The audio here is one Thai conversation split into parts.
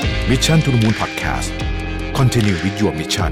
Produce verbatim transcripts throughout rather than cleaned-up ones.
Mission to the Moon Podcast Continue with your mission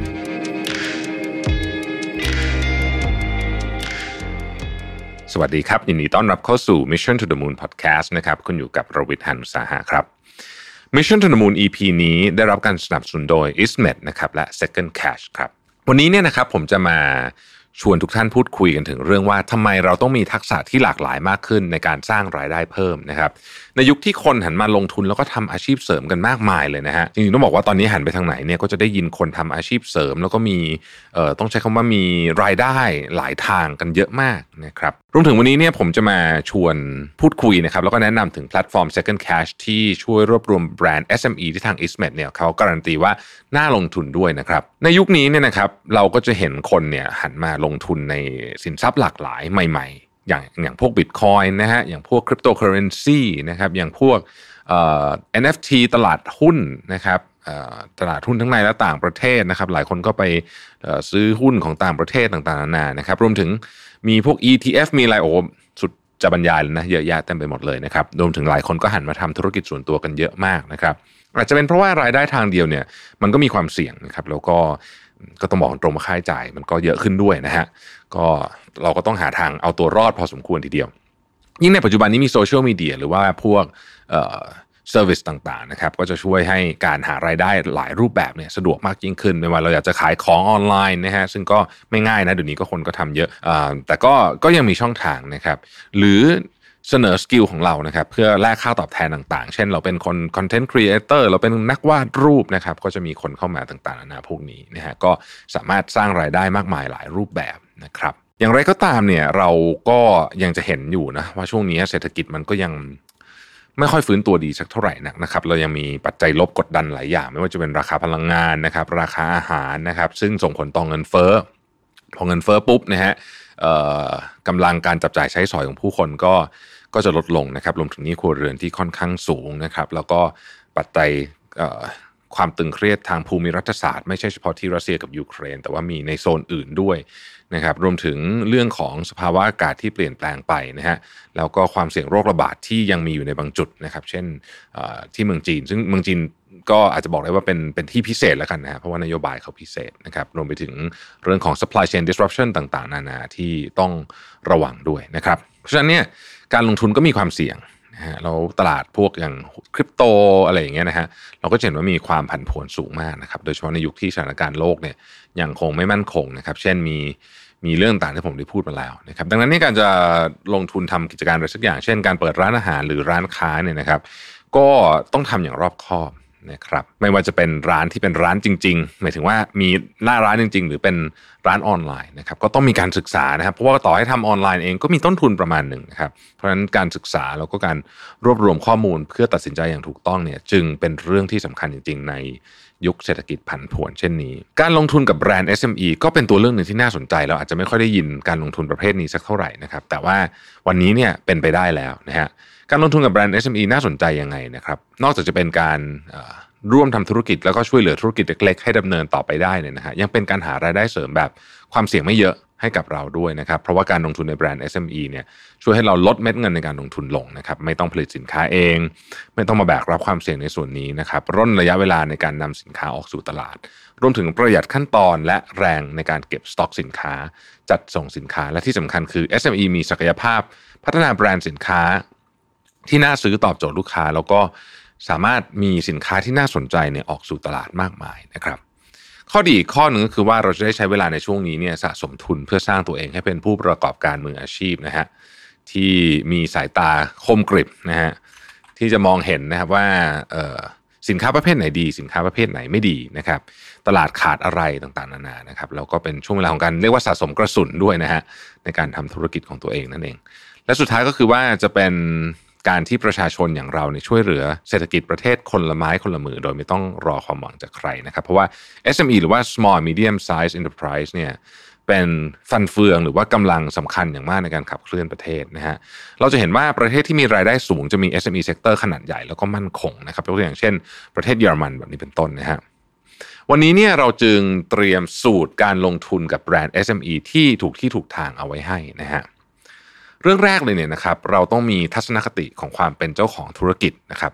สวัสดีครับยินดีต้อนรับเข้าสู่ Mission to the Moon Podcast นะครับคุณอยู่กับรวิทย์ หาญอุตสาหะครับ Mission to the Moon อี พี นี้ได้รับการสนับสนุนโดย อิส เมด นะครับและ Second Cash ครับวันนี้เนี่ยนะครับผมจะมาชวนทุกท่านพูดคุยกันถึงเรื่องว่าทำไมเราต้องมีทักษะที่หลากหลายมากขึ้นในการสร้างรายได้เพิ่มนะครับในยุคที่คนหันมาลงทุนแล้วก็ทำอาชีพเสริมกันมากมายเลยนะฮะจริงๆต้องบอกว่าตอนนี้หันไปทางไหนเนี่ยก็จะได้ยินคนทำอาชีพเสริมแล้วก็มีเอ่อต้องใช้คำว่ามีรายได้หลายทางกันเยอะมากนะครับรวมถึงวันนี้เนี่ยผมจะมาชวนพูดคุยนะครับแล้วก็แนะนำถึงแพลตฟอร์ม Second Cash ที่ช่วยรวบรวมแบรนด์ เอส เอ็ม อี ที่ทาง อิส เมด เนี่ยเขาการันตีว่าน่าลงทุนด้วยนะครับในยุคนี้เนี่ยนะครับเราก็จะเห็นคนเนี่ยหันมาลงทุนในสินทรัพย์หลากหลายใหม่ๆอย่างอย่างพวก Bitcoin นะฮะอย่างพวก Cryptocurrency นะครับอย่างพวกเอ่อ เอ็น เอฟ ที ตลาดหุ้นนะครับเอ่อตลาดหุ้นทั้งในและต่างประเทศนะครับหลายคนก็ไปเอ่อซื้อหุ้นของต่างประเทศต่างๆนานานะครับรวมถึงมีพวก อี ที เอฟ มีอะไรโอ้สุดจะบรรยายเลยนะเยอะแยะเต็มไปหมดเลยนะครับรวมถึงหลายคนก็หันมาทำธุรกิจส่วนตัวกันเยอะมากนะครับอาจจะเป็นเพราะว่ารายได้ทางเดียวเนี่ยมันก็มีความเสี่ยงนะครับแล้วก็ก็ต้องบอกตรงว่าค่าใช้จ่ายมันก็เยอะขึ้นด้วยนะฮะก็เราก็ต้องหาทางเอาตัวรอดพอสมควรทีเดียวยิ่งในปัจจุบันนี้มีโซเชียลมีเดียหรือว่าพวกเอ่อเซอร์วิสต่างๆนะครับก็จะช่วยให้การหารายได้หลายรูปแบบเนี่ยสะดวกมากยิ่งขึ้นไม่ว่าเราอยากจะขายของออนไลน์นะฮะซึ่งก็ไม่ง่ายนะเดี๋ยวนี้ก็คนก็ทำเยอะอ่าแต่ก็ก็ยังมีช่องทางนะครับหรือเสนอสกิลของเรานะครับเพื่อแลกค่าตอบแทนต่างๆเช่นเราเป็นคนคอนเทนต์ครีเอเตอร์เราเป็นนักวาดรูปนะครับก็จะมีคนเข้ามาต่างๆนานาพวกนี้นะฮะก็สามารถสร้างรายได้มากมายหลายรูปแบบนะครับอย่างไรก็ตามเนี่ยเราก็ยังจะเห็นอยู่นะว่าช่วงนี้เศรษฐกิจมันก็ยังไม่ค่อยฟื้นตัวดีสักเท่าไหร่นักนะครับเรายังมีปัจจัยลบกดดันหลายอย่างไม่ว่าจะเป็นราคาพลังงานนะครับราคาอาหารนะครับซึ่งส่งผลต่อเงินเฟ้อพอเงินเฟ้อปุ๊บนะฮะกำลังการจับจ่ายใช้สอยของผู้คนก็ก็จะลดลงนะครับรวมถึงหนี้ครัวเรือนที่ค่อนข้างสูงนะครับแล้วก็ปัจจัยความตึงเครียดทางภูมิรัฐศาสตร์ไม่ใช่เฉพาะที่รัสเซียกับยูเครนแต่ว่ามีในโซนอื่นด้วยนะครับรวมถึงเรื่องของสภาวะอากาศที่เปลี่ยนแปลงไปนะฮะแล้วก็ความเสี่ยงโรคระบาดที่ยังมีอยู่ในบางจุดนะครับเช่นที่เมืองจีนซึ่งเมืองจีนก็อาจจะบอกได้ว่าเป็นเป็นที่พิเศษแล้วกันนะฮะเพราะว่านโยบายเขาพิเศษนะครับรวมไปถึงเรื่องของ supply chain disruption ต่างๆนานาที่ต้องระวังด้วยนะครับเพราะฉะนั้นเนี่ยการลงทุนก็มีความเสี่ยงนะฮะแล้วตลาดพวกอย่างคริปโตอะไรอย่างเงี้ยนะฮะเราก็เห็นว่ามีความผันผวนสูงมากนะครับโดยเฉพาะในยุคที่สถานการณ์โลกเนี่ยยังคงไม่มั่นคงนะครับเช่นมีมีเรื่องต่างที่ผมได้พูดมาแล้วนะครับดังนั้นในการจะลงทุนทำกิจการอะไรสักอย่างเช่นการเปิดร้านอาหารหรือร้านค้าเนี่ยนะครับก็ต้องทำอย่างรอบคอบนะครับไม่ว่าจะเป็นร้านที่เป็นร้านจริงๆหมายถึงว่ามีหน้าร้านจริงๆหรือเป็นร้านออนไลน์นะครับก็ต้องมีการศึกษานะครับเพราะว่าต่อให้ทำออนไลน์เองก็มีต้นทุนประมาณหนึ่งนะครับเพราะฉะนั้นการศึกษาแล้วก็การรวบรวมข้อมูลเพื่อตัดสินใจอย่างถูกต้องเนี่ยจึงเป็นเรื่องที่สำคัญจริงๆในยุคเศรษฐกิจผันผวนเช่นนี้การลงทุนกับแบรนด์ เอส เอ็ม อี ก็เป็นตัวเรื่องหนึ่งที่น่าสนใจเราอาจจะไม่ค่อยได้ยินการลงทุนประเภทนี้สักเท่าไหร่นะครับแต่ว่าวันนี้เนี่ยเป็นไปได้แล้วนะฮะการลงทุนกับแบรนด์ เอส เอ็ม อี น่าสนใจยังไงนะครับนอกจากจะเป็นการร่วมทำธุรกิจแล้วก็ช่วยเหลือธุรกิจเล็กๆให้ดำเนินต่อไปได้เนี่ยนะฮะยังเป็นการหารายได้เสริมแบบความเสี่ยงไม่เยอะให้กับเราด้วยนะครับเพราะว่าการลงทุนในแบรนด์ เอส เอ็ม อี เนี่ยช่วยให้เราลดเม็ดเงินในการลงทุนลงนะครับไม่ต้องผลิตสินค้าเองไม่ต้องมาแบกรับความเสี่ยงในส่วนนี้นะครับร่นระยะเวลาในการนำสินค้าออกสู่ตลาดรวมถึงประหยัดขั้นตอนและแรงในการเก็บสต็อกสินค้าจัดส่งสินค้าและที่สำคัญคือ เอส เอ็ม อี มีศักยภาพพัฒนาแบรนด์สินค้าที่น่าซื้อตอบโจทย์ลูกค้าแล้วก็สามารถมีสินค้าที่น่าสนใจเนี่ยออกสู่ตลาดมากมายนะครับข้อดีอีกข้อหนึ่งก็คือว่าเราจะได้ใช้เวลาในช่วงนี้เนี่ยสะสมทุนเพื่อสร้างตัวเองให้เป็นผู้ประกอบการมืออาชีพนะฮะที่มีสายตาคมกริบนะฮะที่จะมองเห็นนะครับว่าเอ่อสินค้าประเภทไหนดีสินค้าประเภทไหนไม่ดีนะครับตลาดขาดอะไรต่างๆนานานะครับแล้วก็เป็นช่วงเวลาของการเรียกว่าสะสมกระสุนด้วยนะฮะในการทำธุรกิจของตัวเองนั่นเองและสุดท้ายก็คือว่าจะเป็นการที่ประชาชนอย่างเราเนี่ยช่วยเหลือเศรษฐกิจประเทศคนละไม้คนละมือโดยไม่ต้องรอความหวังจากใครนะครับเพราะว่า เอส เอ็ม อี หรือว่า small medium size enterprise เนี่ยเป็นฟันเฟืองหรือว่ากำลังสำคัญอย่างมากในการขับเคลื่อนประเทศนะฮะเราจะเห็นว่าประเทศที่มีรายได้สูงจะมี เอส เอ็ม อี sector ขนาดใหญ่แล้วก็มั่นคงนะครับตัวอย่างเช่นประเทศเยอรมันแบบนี้เป็นต้นนะฮะวันนี้เนี่ยเราจึงเตรียมสูตรการลงทุนกับแบรนด์ เอส เอ็ม อี ที่ถูกที่ถูกทางเอาไว้ให้นะฮะเรื่องแรกเลยเนี่ยนะครับเราต้องมีทัศนคติของความเป็นเจ้าของธุรกิจนะครับ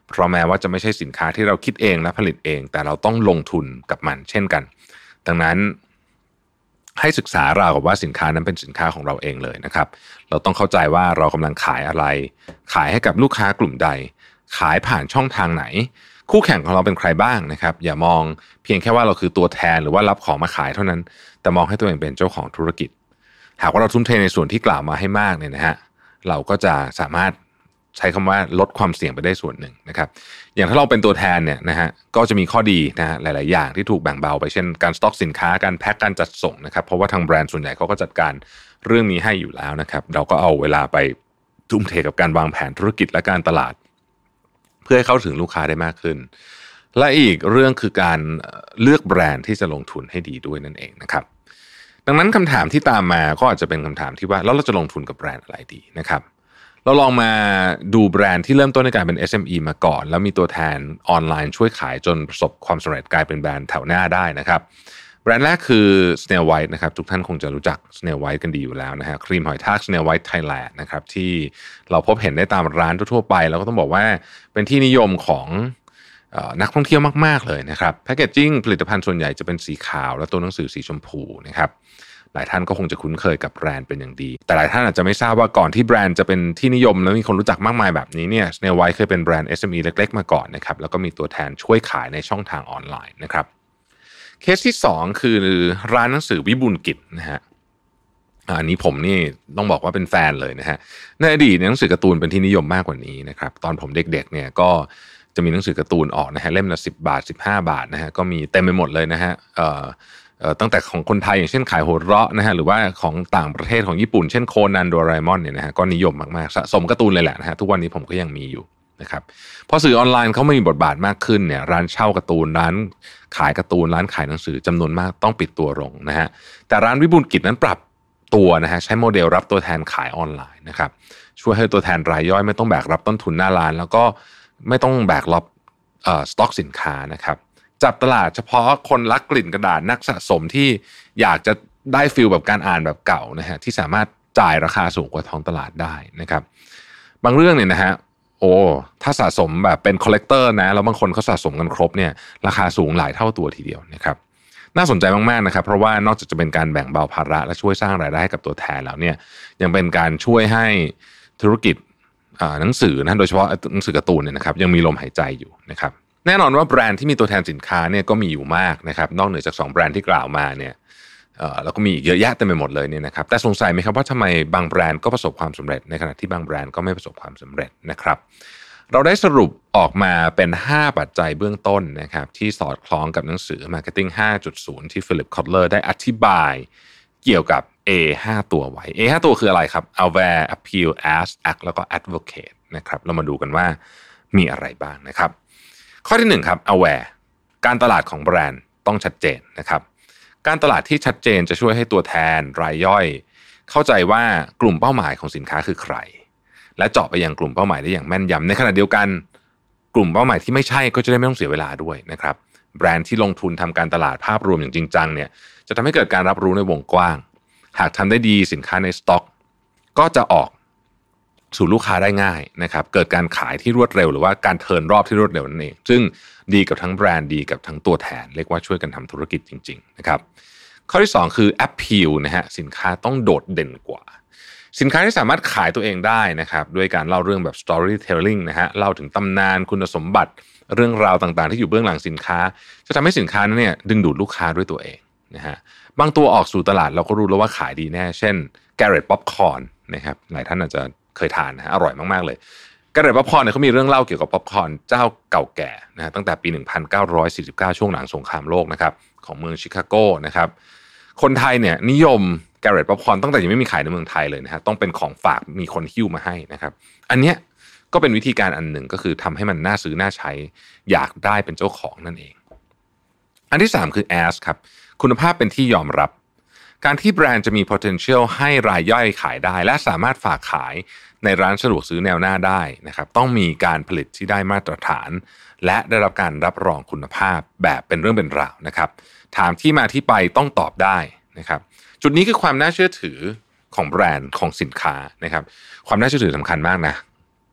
เพราะแม้ว่าจะไม่ใช่สินค้าที่เราคิดเองและผลิตเองแต่เราต้องลงทุนกับมันเช่นกันดังนั้นให้ศึกษาราวกับว่าสินค้านั้นเป็นสินค้าของเราเองเลยนะครับเราต้องเข้าใจว่าเรากำลังขายอะไรขายให้กับลูกค้ากลุ่มใดขายผ่านช่องทางไหนคู่แข่งของเราเป็นใครบ้างนะครับอย่ามองเพียงแค่ว่าเราคือตัวแทนหรือว่ารับของมาขายเท่านั้นแต่มองให้ตัวเองเป็นเจ้าของธุรกิจหากว่าเราทุ่มเทในส่วนที่กล่าวมาให้มากเนี่ยนะฮะเราก็จะสามารถใช้คำว่าลดความเสี่ยงไปได้ส่วนหนึ่งนะครับอย่างถ้าเราเป็นตัวแทนเนี่ยนะฮะก็จะมีข้อดีนะฮะหลายๆอย่างที่ถูกแบ่งเบาไปเช่นการสต็อกสินค้าการแพ็คการจัดส่งนะครับเพราะว่าทางแบรนด์ส่วนใหญ่เขาก็จัดการเรื่องนี้ให้อยู่แล้วนะครับเราก็เอาเวลาไปทุ่มเทกับการวางแผนธุรกิจและการตลาดเพื่อให้เข้าถึงลูกค้าได้มากขึ้นและอีกเรื่องคือการเลือกแบรนด์ที่จะลงทุนให้ดีด้วยนั่นเองนะครับดังนั้นคำถามที่ตามมาก็อาจจะเป็นคำถามที่ว่าแล้วเราจะลงทุนกับแบรนด์อะไรดีนะครับเราลองมาดูแบรนด์ที่เริ่มต้นในการเป็น เอส เอ็ม อี มาก่อนแล้วมีตัวแทนออนไลน์ช่วยขายจนประสบความสำเร็จกลายเป็นแบรนด์แถวหน้าได้นะครับแบรนด์แรกคือ Snail White นะครับทุกท่านคงจะรู้จัก Snail White กันดีอยู่แล้วนะฮะครีมหอยทาก Snail White Thailand นะครับที่เราพบเห็นได้ตามร้านทั่วไปแล้วก็ต้องบอกว่าเป็นที่นิยมของนักท่องเที่ยวมากๆเลยนะครับแพคเกจจิ้งผลิตภัณฑ์ส่วนใหญ่จะเป็นสีขาวและตัวหนังสือสีชมพูนะครับหลายท่านก็คงจะคุ้นเคยกับแบรนด์เป็นอย่างดีแต่หลายท่านอาจจะไม่ทราบว่าก่อนที่แบรนด์จะเป็นที่นิยมแล้วมีคนรู้จักมากมายแบบนี้เนี่ย Snail White เคยเป็นแบรนด์ เอส เอ็ม อี เล็กๆมาก่อนนะครับแล้วก็มีตัวแทนช่วยขายในช่องทางออนไลน์นะครับเคสที่สองคือร้านหนังสือวิบูลย์กิจนะฮะอันนี้ผมนี่ต้องบอกว่าเป็นแฟนเลยนะฮะในอดีตหนังสือการ์ตูนเป็นที่นิยมมากกว่านี้นะครับตอนผมเด็กๆเนี่ยก็จะมีหนังสือการ์ตูนออกนะฮะเล่มละสิบบาทสิบห้าบาทนะฮะก็มีเต็มไปหมดเลยนะฮะเอ่อเอ่อตั้งแต่ของคนไทยอย่างเช่นขายโหดเราะนะฮะหรือว่าของต่างประเทศของญี่ปุ่นเช่นโคนันโดราเอมอนเนี่ยนะฮะก็นิยมมากๆสะสมการ์ตูนเลยแหละนะฮะทุกวันนี้ผมก็ยังมีอยู่นะครับพอสื่อออนไลน์เขามีบทบาทมากขึ้นเนี่ยร้านเช่าการ์ตูนร้านขายการ์ตูนร้านขายหนังสือจำนวนมากต้องปิดตัวลงนะฮะแต่ร้านวิบูลย์กิจนั้นปรับตัวนะฮะใช้โมเดลรับตัวแทนขายออนไลน์นะครับช่วยให้ตัวแทนรายย่อยไม่ต้องแบกรับต้นทุนหน้าร้านแล้วก็ไม่ต้องแบกรับเอ่อสต็อกสินค้านะครับจับตลาดเฉพาะคนรักกลิ่นกระดาษนักสะสมที่อยากจะได้ฟีลแบบการอ่านแบบเก่านะฮะที่สามารถจ่ายราคาสูงกว่าท้องตลาดได้นะครับบางเรื่องเนี่ยนะฮะโอ้ถ้าสะสมแบบเป็นคอลเลกเตอร์นะแล้วบางคนเขาสะสมกันครบเนี่ยราคาสูงหลายเท่าตัวทีเดียวนะครับน่าสนใจมากๆนะครับเพราะว่านอกจากจะเป็นการแบ่งเบาภาระและช่วยสร้างรายได้ให้กับตัวแทนแล้วเนี่ยยังเป็นการช่วยให้ธุรกิจหนังสือนะโดยเฉพาะหนังสือการ์ตูนเนี่ยนะครับยังมีลมหายใจอยู่นะครับแน่นอนว่าแบรนด์ที่มีตัวแทนสินค้าเนี่ยก็มีอยู่มากนะครับนอกเหนือจากสองแบรนด์ที่กล่าวมาเนี่ยแล้วก็มีอีกเยอะแยะเต็มไปหมดเลยเนี่ยนะครับแต่สงสัยไหมครับว่าทำไมบางแบรนด์ก็ประสบความสำเร็จในขณะที่บางแบรนด์ก็ไม่ประสบความสำเร็จนะครับเราได้สรุปออกมาเป็นห้าปัจจัยเบื้องต้นนะครับที่สอดคล้องกับหนังสือ Marketing ห้าจุดศูนย์ ที่ Philip Kotler ได้อธิบายเกี่ยวกับ A ห้า ตัวไว้ A ห้า ตัวคืออะไรครับ Aware Appeal Ask Act แล้วก็ Advocate นะครับเรามาดูกันว่ามีอะไรบ้างนะครับข้อที่หนึ่งครับ Aware การตลาดของแบรนด์ต้องชัดเจนนะครับการตลาดที่ชัดเจนจะช่วยให้ตัวแทนรายย่อยเข้าใจว่ากลุ่มเป้าหมายของสินค้าคือใครและเจาะไปยังกลุ่มเป้าหมายได้อย่างแม่นยำในขณะเดียวกันกลุ่มเป้าหมายที่ไม่ใช่ก็จะได้ไม่ต้องเสียเวลาด้วยนะครับแบรนด์ที่ลงทุนทำการตลาดภาพรวมอย่างจริงจังเนี่ยจะทำให้เกิดการรับรู้ในวงกว้างหากทำได้ดีสินค้าในสต็อกก็จะออกสู่ลูกค้าได้ง่ายนะครับเกิดการขายที่รวดเร็วหรือว่าการเทิร์นรอบที่รวดเร็วนั่นเองซึ่งดีกับทั้งแบรนด์ดีกับทั้งตัวแทนเรียกว่าช่วยกันทำธุรกิจจริงๆนะครับข้อที่สองคือ Appeal นะฮะสินค้าต้องโดดเด่นกว่าสินค้าที่สามารถขายตัวเองได้นะครับด้วยการเล่าเรื่องแบบ storytelling นะฮะเล่าถึงตำนานคุณสมบัติเรื่องราวต่างๆที่อยู่เบื้องหลังสินค้าจะทำให้สินค้านั้นเนี่ยดึงดูดลูกค้าด้วยตัวเองนะฮะบางตัวออกสู่ตลาดเราก็รู้แล้วว่าขายดีแน่เช่น Garrett Popcorn นะครับหลายท่านอาจจะเคยทานนะอร่อยมากๆเลย Garrett Popcorn เนี่ยเขามีเรื่องเล่าเกี่ยวกับป๊อปคอร์นเจ้าเก่าแก่นะฮะตั้งแต่ปีหนึ่งพันเก้าร้อยสี่สิบเก้าช่วงหลังสงครามโลกนะครับของเมืองชิคาโกนะครับคนไทยเนี่ยนิยมGarrett Popcorn ตั้งแต่ยังไม่มีขายในเมืองไทยเลยนะฮะต้องเป็นของฝากมีคนหิ้วมาให้นะครับอันเนี้ยก็เป็นวิธีการอันหนึ่งก็คือทำให้มันน่าซื้อน่าใช้อยากได้เป็นเจ้าของนั่นเองอันที่สามคือ Ask ครับคุณภาพเป็นที่ยอมรับการที่แบรนด์จะมี potential ให้รายย่อยขายได้และสามารถฝากขายในร้านสะดวกซื้อแนวหน้าได้นะครับต้องมีการผลิตที่ได้มาตรฐานและได้รับการรับรองคุณภาพแบบเป็นเรื่องเป็นราวนะครับถามที่มาที่ไปต้องตอบได้นะครับจุดนี้คือความน่าเชื่อถือของแบรนด์ของสินค้านะครับความน่าเชื่อถือสำคัญมากนะ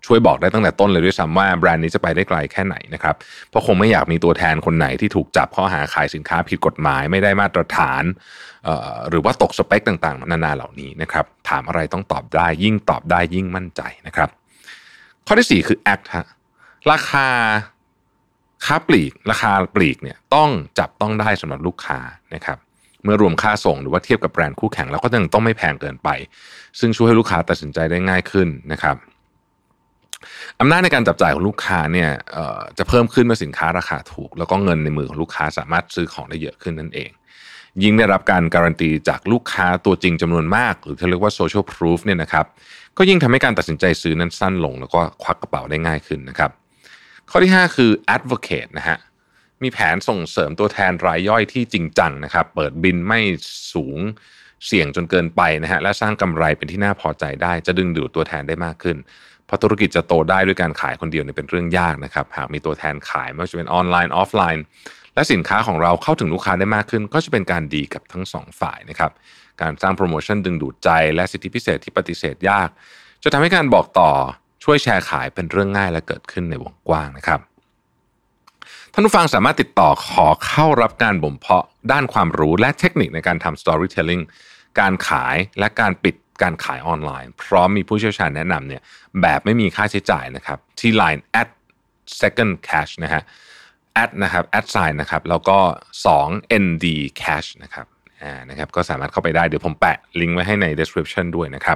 ช่วยบอกได้ตั้งแต่ต้นเลยด้วยซ้ำว่าแบรนด์นี้จะไปได้ไกลแค่ไหนนะครับเพราะคงไม่อยากมีตัวแทนคนไหนที่ถูกจับข้อหาขายสินค้าผิดกฎหมายไม่ได้มาตรฐานหรือว่าตกสเปคต่างๆนานาเหล่านี้นะครับถามอะไรต้องตอบได้ยิ่งตอบได้ยิ่งมั่นใจนะครับข้อที่สี่คือ act ฮะราคาค้าปลีกราคาปลีกเนี่ยต้องจับต้องได้สำหรับลูกค้านะครับเมื่อรวมค่าส่งหรือว่าเทียบกับแบรนด์คู่แข่งแล้วก็ยังต้องไม่แพงเกินไปซึ่งช่วยให้ลูกค้าตัดสินใจได้ง่ายขึ้นนะครับอำนาจในการจับจ่ายของลูกค้าเนี่ยจะเพิ่มขึ้นเมื่อสินค้าราคาถูกแล้วก็เงินในมือของลูกค้าสามารถซื้อของได้เยอะขึ้นนั่นเองยิ่งได้รับการการันตีจากลูกค้าตัวจริงจำนวนมากหรือที่เรียกว่า social proof เนี่ยนะครับก็ยิ่งทำให้การตัดสินใจซื้อนั้นสั้นลงแล้วก็ควักกระเป๋าได้ง่ายขึ้นนะครับข้อที่ห้าคือ advocate นะฮะมีแผนส่งเสริมตัวแทนรายย่อยที่จริงจังนะครับเปิดบินไม่สูงเสี่ยงจนเกินไปนะฮะและสร้างกำไรเป็นที่น่าพอใจได้จะดึงดูดตัวแทนได้มากขึ้นเพราะธุรกิจจะโตได้ด้วยการขายคนเดียวเนี่ยเป็นเรื่องยากนะครับหากมีตัวแทนขายไม่ว่าจะเป็นออนไลน์ออฟไลน์และสินค้าของเราเข้าถึงลูกค้าได้มากขึ้นก็จะเป็นการดีกับทั้งสองฝ่ายนะครับการสร้างโปรโมชั่นดึงดูดใจและสิทธิพิเศษที่ปฏิเสธยากจะทำให้การบอกต่อช่วยแชร์ขายเป็นเรื่องง่ายและเกิดขึ้นในวงกว้างนะครับท่านผู้ฟังสามารถติดต่อขอเข้ารับการบ่มเพาะด้านความรู้และเทคนิคในการทำ storytelling การขายและการปิดการขายออนไลน์พร้อมมีผู้เชี่ยวชาญแนะนำเนี่ยแบบไม่มีค่าใช้จ่ายนะครับที่ ไลน์ แอท second cash นะฮะ at นะครับ at sign นะครับแล้วก็สอง เอ็น ดี cash นะครับอ่านะครับก็สามารถเข้าไปได้เดี๋ยวผมแปะลิงก์ไว้ให้ใน description ด้วยนะครับ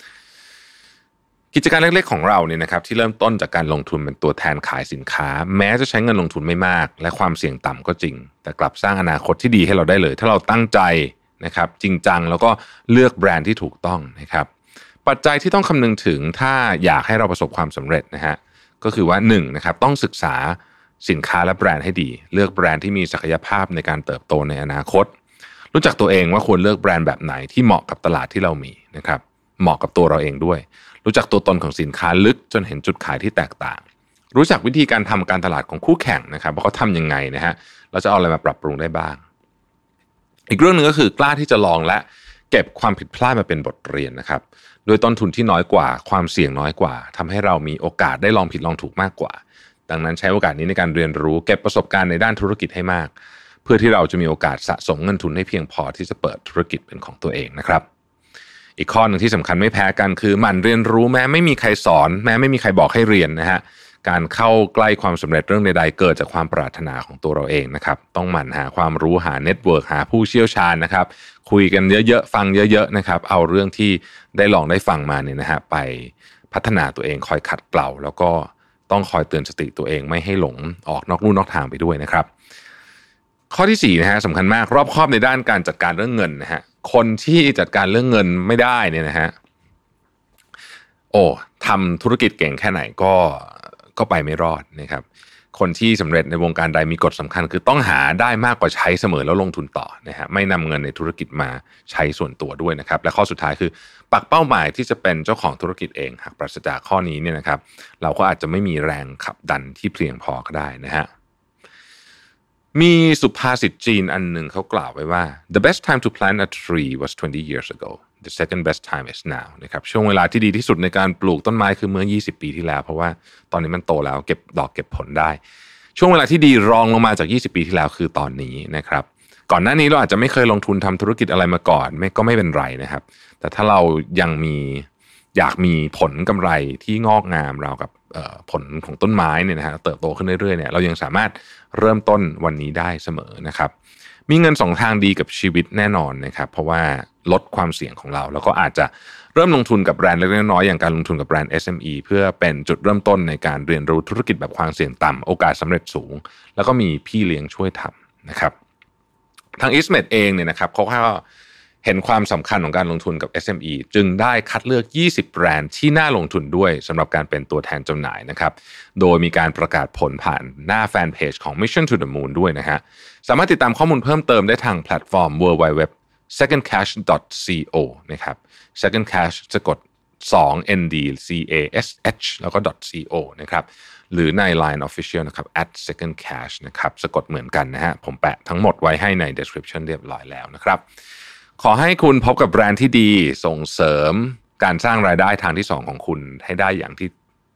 กิจการเล็กๆของเราเนี่ยนะครับที่เริ่มต้นจากการลงทุนเป็นตัวแทนขายสินค้าแม้จะใช้เงินลงทุนไม่มากและความเสี่ยงต่ำก็จริงแต่กลับสร้างอนาคตที่ดีให้เราได้เลยถ้าเราตั้งใจนะครับจริงจังแล้วก็เลือกแบรนด์ที่ถูกต้องนะครับปัจจัยที่ต้องคำนึงถึงถ้าอยากให้เราประสบความสำเร็จนะฮะก็คือว่าหนึ่งนะครับต้องศึกษาสินค้าและแบรนด์ให้ดีเลือกแบรนด์ที่มีศักยภาพในการเติบโตในอนาคตรู้จักตัวเองว่าควรเลือกแบรนด์แบบไหนที่เหมาะกับตลาดที่เรามีนะครับเหมาะกับตัวเราเองด้วยรู้จักตัวตนของสินค้าลึกจนเห็นจุดขายที่แตกต่างรู้จักวิธีการทำการตลาดของคู่แข่งนะครับว่าเขาทำยังไงนะฮะเราจะเอาอะไรมาปรับปรุงได้บ้างอีกเรื่องนึงก็คือกล้าที่จะลองและเก็บความผิดพลาดมาเป็นบทเรียนนะครับโดยต้นทุนที่น้อยกว่าความเสี่ยงน้อยกว่าทำให้เรามีโอกาสได้ลองผิดลองถูกมากกว่าดังนั้นใช้โอกาสนี้ในการเรียนรู้เก็บประสบการณ์ในด้านธุรกิจให้มากเพื่อที่เราจะมีโอกาสสะสมเงินทุนให้เพียงพอที่จะเปิดธุรกิจเป็นของตัวเองนะครับอีกข้อหนึ่งที่สำคัญไม่แพ้กันคือหมั่นเรียนรู้แม้ไม่มีใครสอนแม้ไม่มีใครบอกให้เรียนนะฮะการเข้าใกล้ความสำเร็จเรื่องใดๆเกิดจากความปรารถนาของตัวเราเองนะครับต้องหมั่นหาความรู้หาเน็ตเวิร์กหาผู้เชี่ยวชาญนะครับคุยกันเยอะๆฟังเยอะๆนะครับเอาเรื่องที่ได้ลองได้ฟังมาเนี่ยนะฮะไปพัฒนาตัวเองคอยขัดเกลาแล้วก็ต้องคอยเตือนสติตัวเองไม่ให้หลงออกนอกลู่นอกทางไปด้วยนะครับข้อที่สี่นะฮะสำคัญมากรอบคอบในด้านการจัดการเรื่องเงินนะฮะคนที่จัดการเรื่องเงินไม่ได้เนี่ยนะฮะโอ้ทำธุรกิจเก่งแค่ไหนก็ก็ไปไม่รอดนะครับคนที่สำเร็จในวงการใดมีกฎสำคัญคือต้องหาได้มากกว่าใช้เสมอแล้วลงทุนต่อนะฮะไม่นำเงินในธุรกิจมาใช้ส่วนตัวด้วยนะครับและข้อสุดท้ายคือปักเป้าหมายที่จะเป็นเจ้าของธุรกิจเองหากปราศจากข้อนี้เนี่ยนะครับเราก็อาจจะไม่มีแรงขับดันที่เพียงพอก็ได้นะฮะมีสุภาษิตจีนอันหนึ่งเขากล่าวไว้ว่า the best time to plant a tree was twenty years ago the second best time is now นะครับช่วงเวลาที่ดีที่สุดในการปลูกต้นไม้คือเมื่อยี่สิบปีที่แล้วเพราะว่าตอนนี้มันโตแล้วเก็บดอกเก็บผลได้ช่วงเวลาที่ดีรองลงมาจากยี่สิบปีที่แล้วคือตอนนี้นะครับก่อนหน้านี้เราอาจจะไม่เคยลงทุนทำธุรกิจอะไรมาก่อนไม่ก็ไม่เป็นไรนะครับแต่ถ้าเรายังมีอยากมีผลกำไรที่งอกงามราวกับผลของต้นไม้เนี่ยนะฮะเติบโตขึ้นเรื่อยๆเนี่ยเรายังสามารถเริ่มต้นวันนี้ได้เสมอนะครับมีเงินสองทางดีกับชีวิตแน่นอนนะครับเพราะว่าลดความเสี่ยงของเราแล้วก็อาจจะเริ่มลงทุนกับแบรนด์เล็กๆน้อยๆอย่างการลงทุนกับแบรนด์ เอส เอ็ม อี เพื่อเป็นจุดเริ่มต้นในการเรียนรู้ธุรกิจแบบความเสี่ยงต่ำโอกาสสำเร็จสูงแล้วก็มีพี่เลี้ยงช่วยทำนะครับทาง Ismet เองเนี่ยนะครับเขาก็เห็นความสำคัญของการลงทุนกับ เอส เอ็ม อี จึงได้คัดเลือกยี่สิบแบรนด์ที่น่าลงทุนด้วยสำหรับการเป็นตัวแทนจำหน่ายนะครับโดยมีการประกาศผลผ่านหน้าแฟนเพจของ Mission to the Moon ด้วยนะฮะสามารถติดตามข้อมูลเพิ่มเติมได้ทางแพลตฟอร์ม ดับเบิลยู ดับเบิลยู ดับเบิลยู ดอท second cash ดอท ซี โอ นะครับ second cash จะกดสอง เอ็น ดี ซี เอ เอส เอช แล้วก็ .co นะครับหรือใน ไลน์ Official นะครับ แอท second cash นะครับสะกดเหมือนกันนะฮะผมแปะทั้งหมดไว้ให้ใน description เรียบร้อยแล้วนะครับขอให้คุณพบกับแบรนด์ที่ดีส่งเสริมการสร้างรายได้ทางที่สองของคุณให้ได้อย่างที่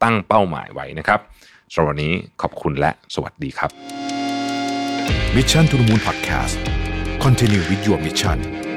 ตั้งเป้าหมายไว้นะครับสำหรับวันนี้ขอบคุณและสวัสดีครับ Mission to the Moon Podcast Continue with your mission